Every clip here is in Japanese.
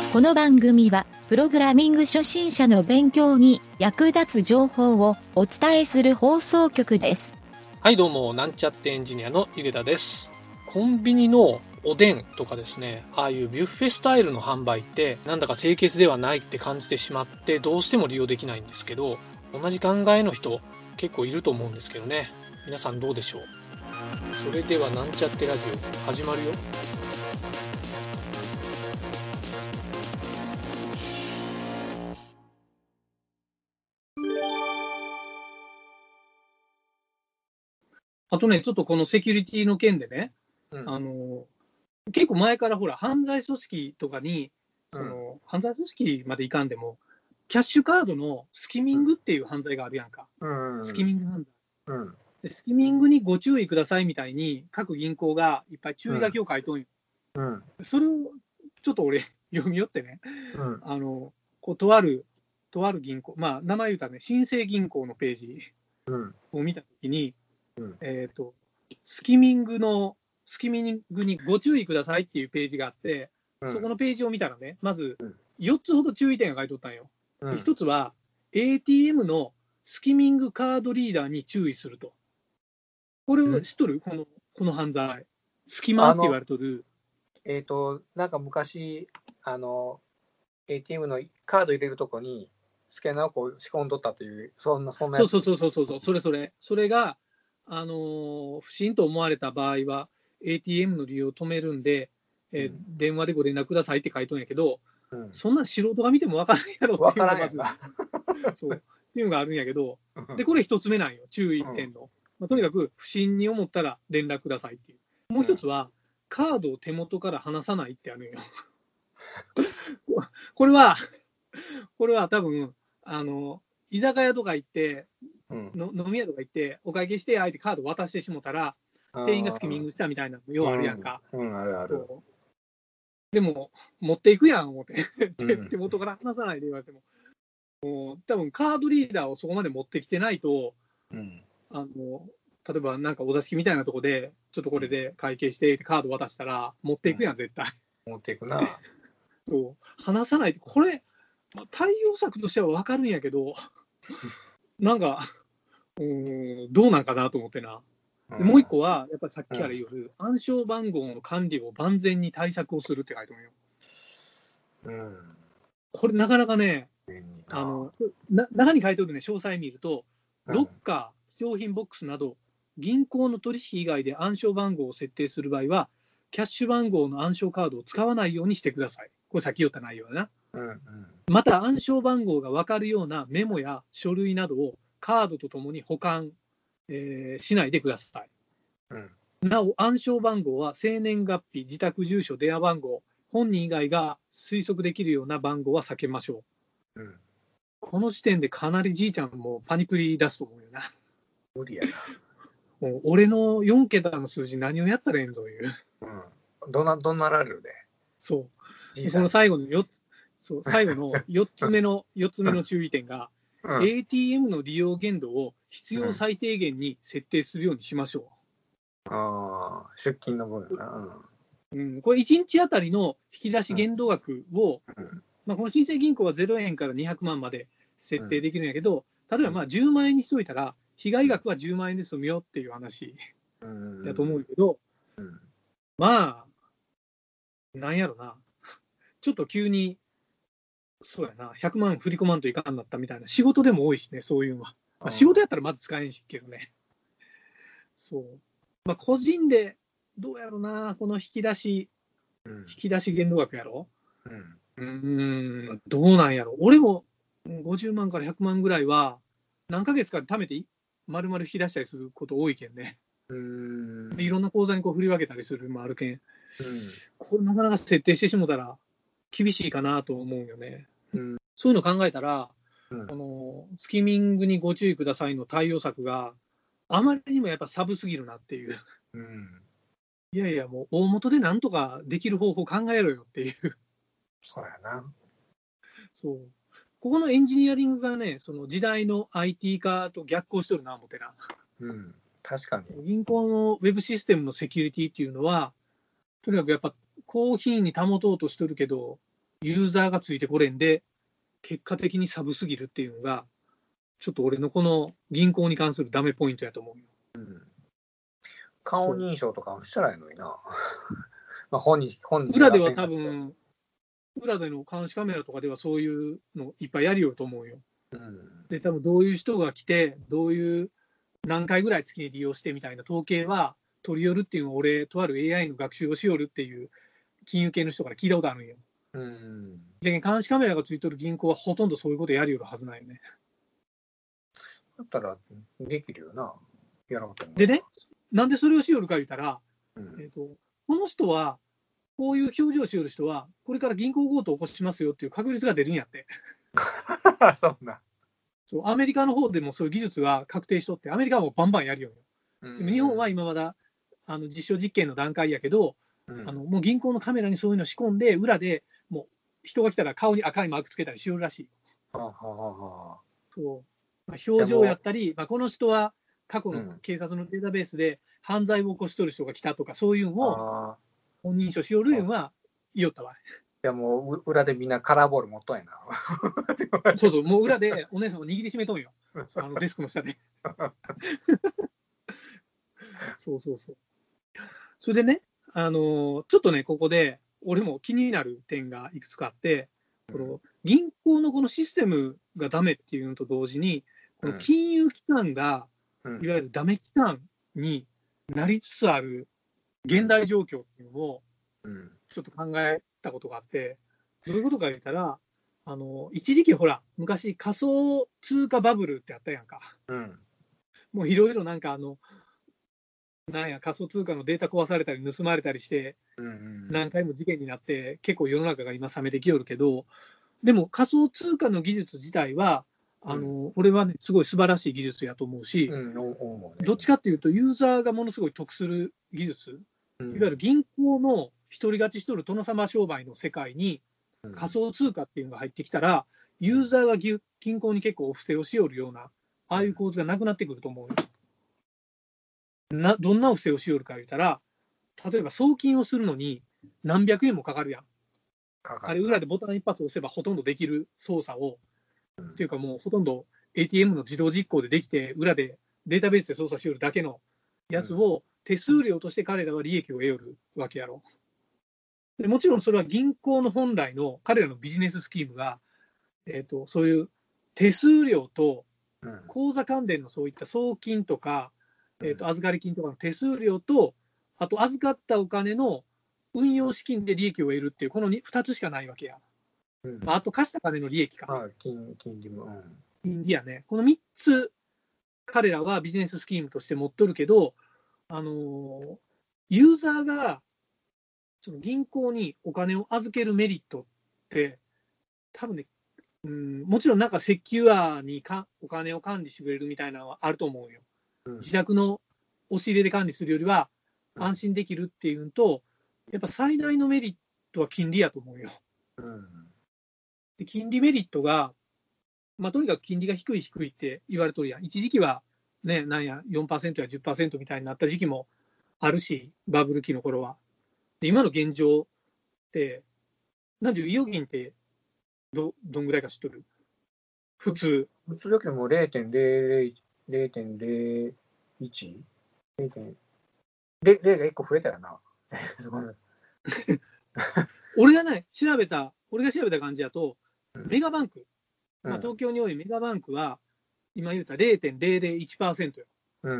この番組は、プログラミング初心者の勉強に役立つ情報をお伝えする放送局です。 はい、どうも、なんちゃってエンジニアのゆげたです。コンビニのおでんとかですね、ああいうビュッフェスタイルの販売って、なんだか清潔ではないって感じてしまって、どうしても利用できないんですけど、同じ考えの人、結構いると思うんですけどね。皆さんどうでしょう？それでは、なんちゃってラジオ、始まるよ。 あとね、ちょっとこのセキュリティの件でね、結構前からほら、犯罪組織とかに、犯罪組織までいかんでも、キャッシュカードのスキミングっていう犯罪があるやんか。スキミング犯罪。でスキミングにご注意くださいみたいに、各銀行がいっぱい注意書きを書いとんよ。それをちょっと俺、読み寄ってね、とある銀行、まあ、名前言うたらね、新生銀行のページを見たときに、スキミングにご注意くださいっていうページがあって、そこのページを見たらね、まず4つほど注意点が書いておったんよ。1つは、ATM のスキミングカードリーダーに注意すると。これを知っとる？この犯罪。スキマーって言われとる。 なんか昔、ATM のカード入れるとこに、スキャナーをこう仕込んどったという、そんなそう、それが、不審と思われた場合は、ATM の利用を止めるんで、電話でご連絡くださいって書いとんやけど、そんな素人が見ても分からんやろっていうのがまず、そうっていうのがあるんやけど、で、これ一つ目なんよ、注意点の。とにかく不審に思ったら連絡くださいっていう。もう一つは、カードを手元から離さないってあるんよ。これは多分、居酒屋とか行って、飲み屋とか行って、お会計して、相手カード渡してしもたら、店員がスキミングしたみたいなの、ようあるやんか。 あるある。 でも、持っていくやん、思って。手元から離さないで言われても。多分カードリーダーをそこまで持ってきてないと、例えばなんかお座敷みたいなとこで、ちょっとこれで会計してカード渡したら、持っていくやん、絶対。 持っていくな。 そう、離さないって、これ、対応策としては分かるんやけど、なんか、どうなんかなと思ってな。でもう一個は、やっぱりさっきから言う、暗証番号の管理を万全に対策をするって書いてあるよ。これなかなかね、中に書いておるね、詳細見ると、ロッカー、商品ボックスなど、銀行の取引以外で暗証番号を設定する場合は、キャッシュ番号の暗証カードを使わないようにしてください。これさっき言った内容だな。また、暗証番号が分かるようなメモや書類などをカードとともに保管、しないでください。なお、暗証番号は生年月日、自宅住所、電話番号、本人以外が推測できるような番号は避けましょう。この時点でかなりじいちゃんもパニクリ出すと思うよな。 無理やな。 もう俺の4桁の数字何をやったらええんぞいう。 どんなられるで。 そう。この最後の4つ目の注意点が、ATM の利用限度を必要最低限に設定するようにしましょう。 出金の分な。 これ1日あたりの引き出し限度額を、この新生銀行は0円から200万まで設定できるんやけど、例えば10万円にしといたら、被害額は10万円で済むよっていう話だと思うけど、なんやろな、ちょっと急に、そうやな、100万振り込まんといかんなったみたいな、仕事でも多いしね、そういうのは。仕事やったらまず使えんしけどね。そう。個人で、どうやろな、この引き出し限度額やろ。どうなんやろ。俺も50万から100万ぐらいは、何ヶ月かで貯めて、丸々引き出したりすること多いけんね。いろんな口座にこう振り分けたりするのもあるけん。これなかなか設定してしもたら厳しいかなと思うよね。そういうの考えたら、このスキミングにご注意くださいの対応策があまりにもやっぱサブすぎるなっていう。いやいや、もう大元でなんとかできる方法考えろよっていう。 そうやな。 そう。ここのエンジニアリングがね、その時代の IT 化と逆行しとるな、思ってな。 確かに。 銀行のウェブシステムのセキュリティっていうのは、とにかくやっぱ高品位に保とうとしとるけど、 ユーザーがついてこれんで、結果的にサブすぎるっていうのが、ちょっと俺のこの銀行に関するダメポイントやと思うよ。 顔認証とかしたらいいのにな。まあ本人裏では多分、裏での監視カメラとかではそういうのいっぱいやるよと思うよ。で、多分どういう人が来て、どういう何回ぐらい月に利用してみたいな統計は取り寄るっていうのを俺、とある AI の学習をしよるっていう金融系の人から聞いたことあるんよ。じゃあ監視カメラがついてる銀行はほとんどそういうことやるよるはずないよね。 だったらできるよな。やろうと思う。 でね、なんでそれをしよるか言ったら、この人は、こういう表情をしよる人は、これから銀行強盗を起こしますよっていう確率が出るんやって。 そうな。 そう、アメリカの方でもそういう技術が確定しとって、アメリカはもうバンバンやるよ、ね。でも日本は今まだ実証実験の段階やけど、もう銀行のカメラにそういうの仕込んで、裏でもう人が来たら顔に赤いマークつけたりしよるらしい。そう、表情やったり、この人は過去の警察のデータベースで犯罪を起こしとる人が来たとか、そういうのを本認証しよるんは言おったわ。 いやもう裏でみんなカラーボール持っとんやな。そうそう、もう裏でお姉さんを握りしめとんよ。デスクの下で。そうそうそう。それでね、ちょっとね、ここで俺も気になる点がいくつかあって、この銀行のこのシステムがダメっていうのと同時に、この金融機関がいわゆるダメ機関になりつつある現代状況っていうのをちょっと考えたことがあって、どういうことか言ったら、一時期ほら、昔仮想通貨バブルってあったやんか。もういろいろなんかなんや仮想通貨のデータ壊されたり盗まれたりして、何回も事件になって、結構世の中が今冷めてきよるけど、でも仮想通貨の技術自体は、俺はね、すごい素晴らしい技術やと思うし、どっちかっていうと、ユーザーがものすごい得する技術、いわゆる銀行の独り勝ちしとる殿様商売の世界に仮想通貨っていうのが入ってきたら、ユーザーが銀行に結構お布施をしよるような、ああいう構図がなくなってくると思う。どんなお布施をしよるか言ったら、例えば送金をするのに何百円もかかるやん。あれ裏でボタン一発押せばほとんどできる操作を、っていうかもうほとんど ATM の自動実行でできて、裏でデータベースで操作しよるだけのやつを手数料として彼らは利益を得よるわけやろ。でもちろんそれは銀行の本来の彼らのビジネススキームが、そういう手数料と口座関連のそういった送金とか、預かり金とかの手数料と、あと預かったお金の運用資金で利益を得るっていう、この2つしかないわけや。あと貸した金の利益か。 金利も。 金利やね。この3つ、彼らはビジネススキームとして持っとるけど、ユーザーがその銀行にお金を預けるメリットって、多分ね、もちろんなんかセキュアにお金を管理してくれるみたいなのはあると思うよ。自宅の押し入れで管理するよりは安心できるっていうのと、やっぱ最大のメリットは金利やと思うよ。で金利メリットが、とにかく金利が低いって言われとるやん。一時期は、ね、なんや 4% や 10% みたいになった時期もあるし、バブル期の頃は。で今の現状って、なんで、預金ってどんぐらいか知っとる？普通だけども 0.001? 0が1個増えたよな。 俺が調べた感じだと、メガバンク、東京に多いメガバンクは、今言うた 0.001% よ。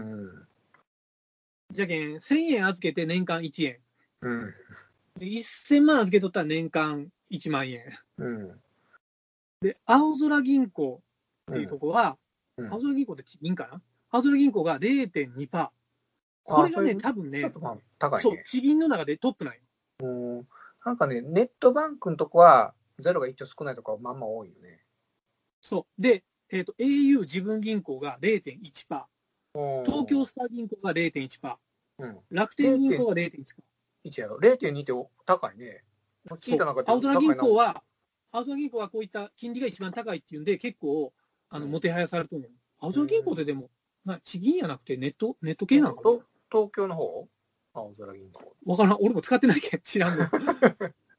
じゃけん、1000円預けて年間1円。で1000万預けとったら年間1万円。で、青空銀行っていうところは、青空銀行って地銀かな？青空銀行が 0.2%。これがね、多分ね、 高いね。 そう、地銀の中でトップなんよ。なんかね、ネットバンクのとこは、ゼロが一応少ないとこはまんま多いよね。 そう。で、au 自分銀行が 0.1%。東京スター銀行が 0.1%。楽天銀行が 0.1%。 1やろ。0.2 って高いね。 青空銀行はこういった金利が一番高いっていうんで、結構、もてはやされてるの。青空銀行ってでも、地銀やなくてネット系なのかな？ 東京の方？青空銀行。 わからん。俺も使ってないけん知らんの。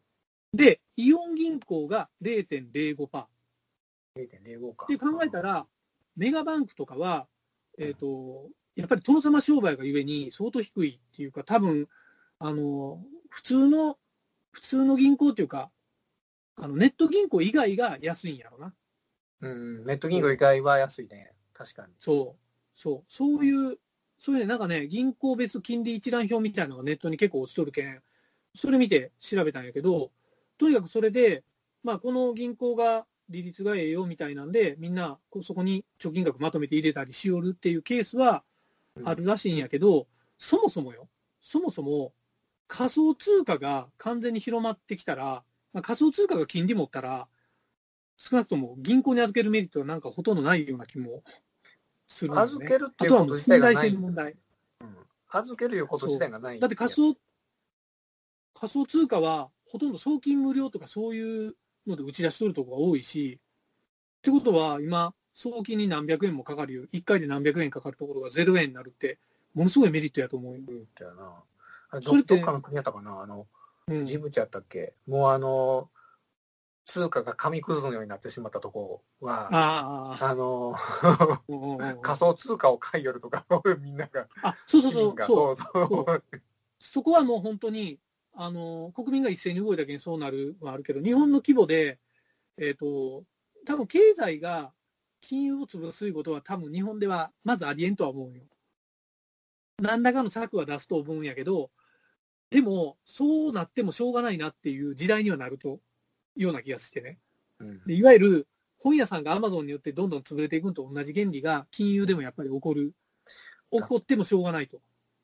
で、イオン銀行が 0.05%。 0.05 か。 って考えたら、メガバンクとかは、やっぱり殿様商売がゆえに相当低いっていうか、多分、普通の銀行っていうか、ネット銀行以外が安いんやろな。 ネット銀行以外は安いね。確かに。 そういうね、なんかね、銀行別金利一覧表みたいなのがネットに結構落ちとるけん、それ見て調べたんやけど、とにかくそれで、まあ、この銀行が利率がええよみたいなんで、みんなそこに貯金額まとめて入れたりしよるっていうケースはあるらしいんやけど、そもそも仮想通貨が完全に広まってきたら、まあ、仮想通貨が金利持ったら、少なくとも銀行に預けるメリットはなんかほとんどないような気もするんですね。 預けるっていうこと自体がない。 あとはもう信頼性の問題。 預けるいうこと自体がない。 だって仮想通貨はほとんど送金無料とかそういうので打ち出しとるところが多いし、ってことは今、送金に何百円もかかるよ。1回で何百円かかるところが0円になるって、ものすごいメリットやと思うよ。それってどっかの国やったかな、ジブチやったっけ、もう通貨が紙くずのようになってしまったところは、仮想通貨を買いよるとか、みんなが。 そこはもう本当に、国民が一斉に動いたけんそうなるはあるけど、日本の規模で、多分経済が金融を潰すことは多分日本ではまずありえんとは思うよ。何らかの策は出すと思うんやけど、でもそうなってもしょうがないなっていう時代にはなるとような気がしてね。でいわゆる本屋さんがアマゾンによってどんどん潰れていくのと同じ原理が金融でもやっぱり起こってもしょうがないと。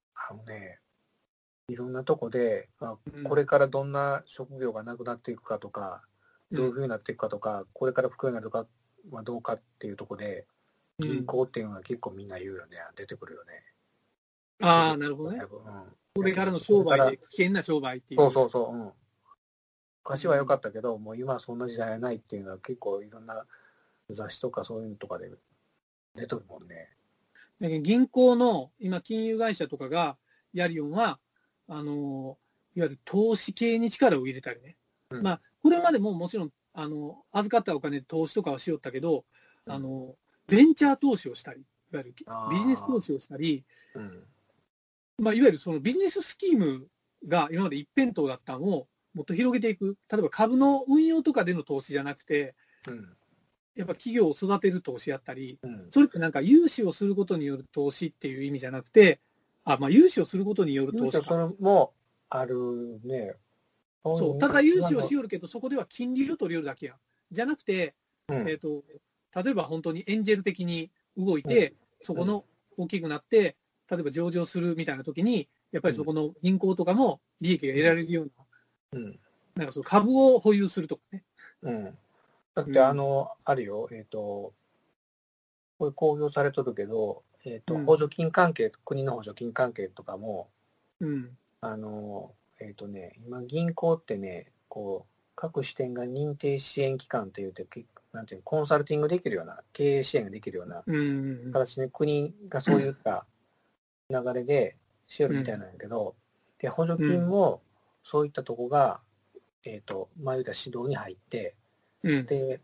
いろんなとこで、これからどんな職業がなくなっていくかとか、どういうふうになっていくかとか、これから不況になるかはどうかっていうところで、銀行っていうのは結構みんな言うよね、出てくるよね。 なるほどね。これからの商売で危険な商売っていう。 昔は良かったけど、もう今はそんな時代はないっていうのは結構いろんな雑誌とかそういうのとかで出てるもんね。 銀行の今金融会社とかがやるようないわゆる投資系に力を入れたりね。まあこれまでももちろん預かったお金で投資とかはしよったけど、ベンチャー投資をしたり、いわゆるビジネス投資をしたり、まあ、いわゆるそのビジネススキームが今まで一辺倒だったのをもっと広げていく。例えば株の運用とかでの投資じゃなくて、やっぱ企業を育てる投資やったり、それってなんか融資をすることによる投資っていう意味じゃなくて、融資をすることによる投資。 それもあるね。 ただ融資をしよるけど、そこでは金利を取りよるだけや。じゃなくて、例えば本当にエンジェル的に動いて、そこの大きくなって、例えば上場するみたいな時に、やっぱりそこの銀行とかも利益が得られるような、なんかその株を保有するとかね。 だってあるよ、これ公表されとるけど、補助金関係、国の補助金関係とかも、今銀行ってね、各支店が認定支援機関というて、なんていうコンサルティングできるような、経営支援ができるような形で、国がそういった流れでしよるみたいなんやけど、で補助金もそういったとこが、言うた指導に入って、で、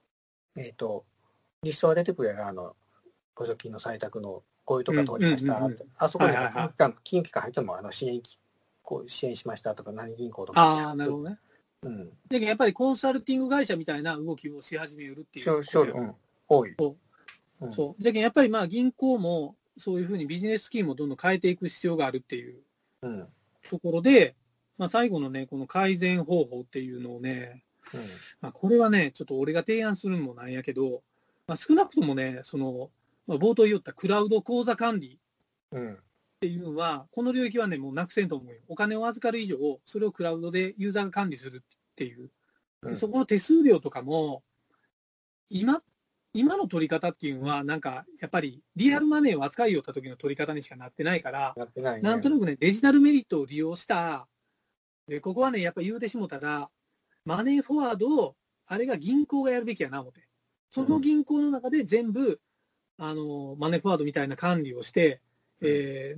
リストが出てくるやろ、補助金の採択のこういうとこが通りました、あそこに金融機関入っても支援しましたとか、何銀行とか。 なるほどね。だけどやっぱりコンサルティング会社みたいな動きをし始めるっていう。 多い。 そう。だけどやっぱり銀行もそういうふうにビジネススキームをどんどん変えていく必要があるっていうところで、最後のね、この改善方法っていうのをね、これはね、ちょっと俺が提案するのもなんやけど、少なくともね、冒頭言ったクラウド口座管理っていうのは、この領域はね、もうなくせんと思うよ。お金を預かる以上、それをクラウドでユーザーが管理するっていう。そこの手数料とかも、今の取り方っていうのは、なんか、やっぱりリアルマネーを扱いよった時の取り方にしかなってないから、なんとなくね、デジタルメリットを利用した、で、ここはね、やっぱり言うてしもたら、マネーフォワードを、あれが銀行がやるべきやな、思って。その銀行の中で全部、マネーフォワードみたいな管理をして、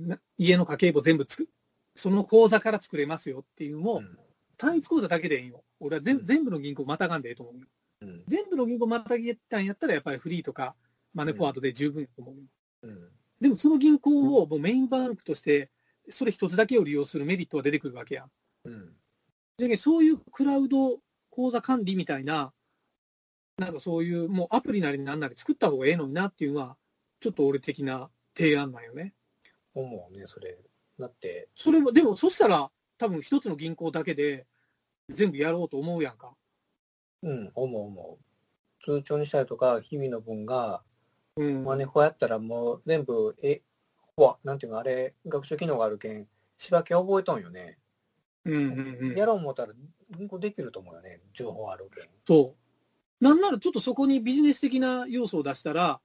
家の家計簿全部その口座から作れますよっていうのも、単一口座だけでいいよ。 俺は全部の銀行またがんでええと思うよ。全部の銀行またぎたんやったら、やっぱりフリーとかマネーフォワードで十分やと思うよ。でもその銀行をもうメインバンクとして、それ一つだけを利用するメリットは出てくるわけや。で、そういうクラウド口座管理みたいな、なんかそういうもうアプリなりなんなり作った方がええのになっていうのは、ちょっと俺的な提案なんよね。 思うね、それ。だって。 それも、でもそしたら、多分一つの銀行だけで全部やろうと思うやんか。 思う。通帳にしたりとか、日々の分が、マネフォやったらもう全部、なんていうの、あれ、学習機能があるけん、仕分け覚えとんよね。やろう思ったら、銀行できると思うよね、情報あるけん。 そう。なんならちょっとそこにビジネス的な要素を出したら、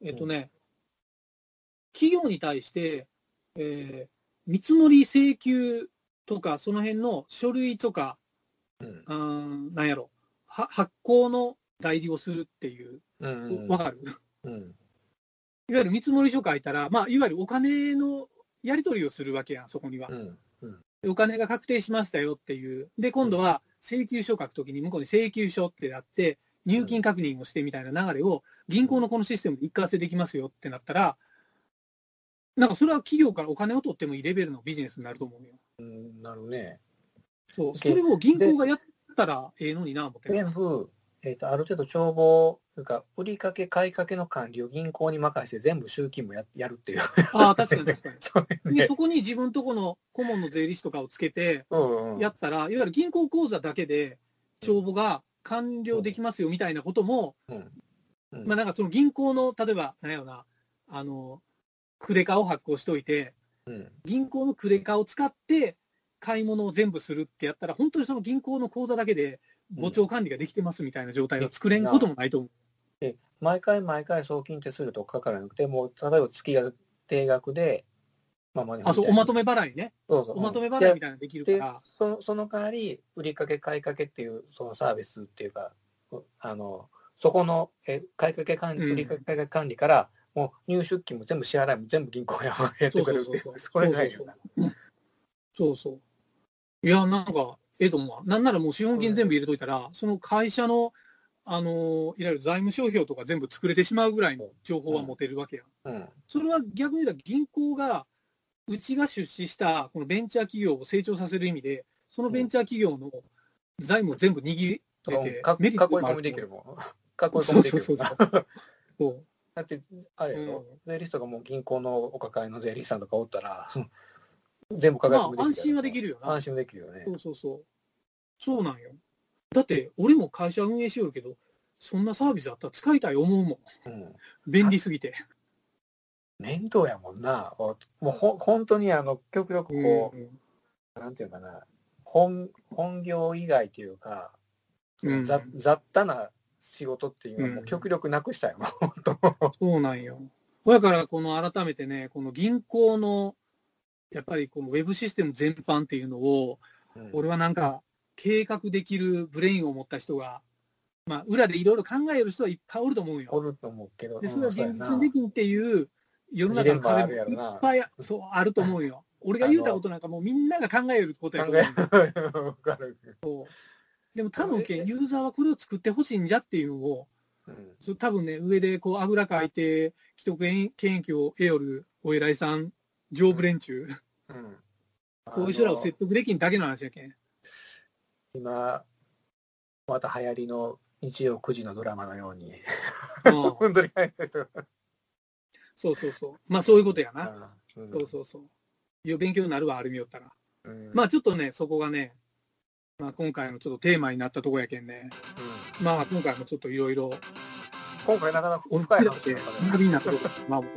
企業に対して、見積もり請求とか、その辺の書類とか、なんやろ、発行の代理をするっていう、わかる？いわゆる見積書書いたら、まあ、いわゆるお金のやり取りをするわけやん、そこには。お金が確定しましたよっていう。で、今度は請求書を書くときに、向こうに請求書ってやって、入金確認をしてみたいな流れを、銀行のこのシステムで一貫性できますよってなったら、なんかそれは企業からお金を取ってもいいレベルのビジネスになると思うよ。 なるね。 そう、それを銀行がやったらええのにな、思って。 全部、ある程度帳簿、というか、売りかけ、買いかけの管理を銀行に任せて、全部集金もやるっていう。 ああ、確かに確かに。で、そこに自分とこの顧問の税理士とかをつけて、やったら、いわゆる銀行口座だけで帳簿が完了できますよみたいなことも、まあなんかその銀行の、例えば、なんやろな、クレカを発行しといて、銀行のクレカを使って買い物を全部するってやったら、本当にその銀行の口座だけで簿帳管理ができてますみたいな状態を作れんこともないと思う。 毎回送金手数料とかかからなくて、もう例えば月が定額で、 そう、おまとめ払いね。おまとめ払いみたいなのできるから。 その代わり、売りかけ買いかけっていうそのサービスっていうか、そこの買いかけ管理、売りかけ買いかけ管理から、もう入出金も全部支払いも全部銀行がやってくれるっていう。それがいいよな。 そうそう。いや、なんか、と思うわ。なんならもう資本金全部入れといたら、その会社の、いわゆる財務諸表とか全部作れてしまうぐらいの情報は持てるわけや。それは逆に言うと銀行が、うちが出資したこのベンチャー企業を成長させる意味で、そのベンチャー企業の財務を全部握ってて、 メリットが囲い込みできるもん。囲い込みできるもん。だって、あれよ、税理士とかも銀行のお抱えの税理士さんとかおったら、全部抱え込みできる。 まあ、安心はできるよな。 安心できるよね。 そうなんよ。だって、俺も会社運営しよるけど、そんなサービスあったら使いたい思うもん。便利すぎて。 面倒やもんな。もう本当に極力こう、なんていうかな、本業以外というか、雑多な仕事っていうのはもう極力なくしたよ、本当。 そうなんよ。だから、この改めてね、この銀行の、やっぱりこのウェブシステム全般っていうのを、俺はなんか、計画できるブレインを持った人が、まあ、裏でいろいろ考える人はいっぱいおると思うよ。 おると思うけど。 で、それは現実にできんっていう、世の中の壁もいっぱいあると思うよ。俺が言うたことなんかもうみんなが考えることやと思う。でも多分ユーザーはこれを作ってほしいんじゃっていうのを、多分ね、上でこうあぐらかいて既得権益を得よるお偉いさん、上部連中、こういう人らを説得できんだけの話やけん。 今、また流行りの日曜9時のドラマのように。本当に流行る人が。そう。 まあそういうことやな。そう。いう勉強になるわ、あれ見よったら。まあちょっとね、そこがね、まあ今回のちょっとテーマになったとこやけんね。まあ今回もちょっといろいろ。 今回なかなか深い話で。学びになったとこまあ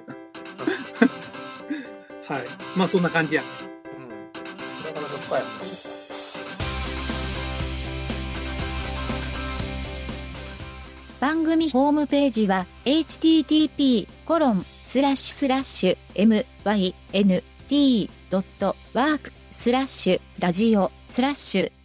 はい。まあそんな感じや。 なかなか深い話。 番組ホームページは http://myn.t.work/ラジオ/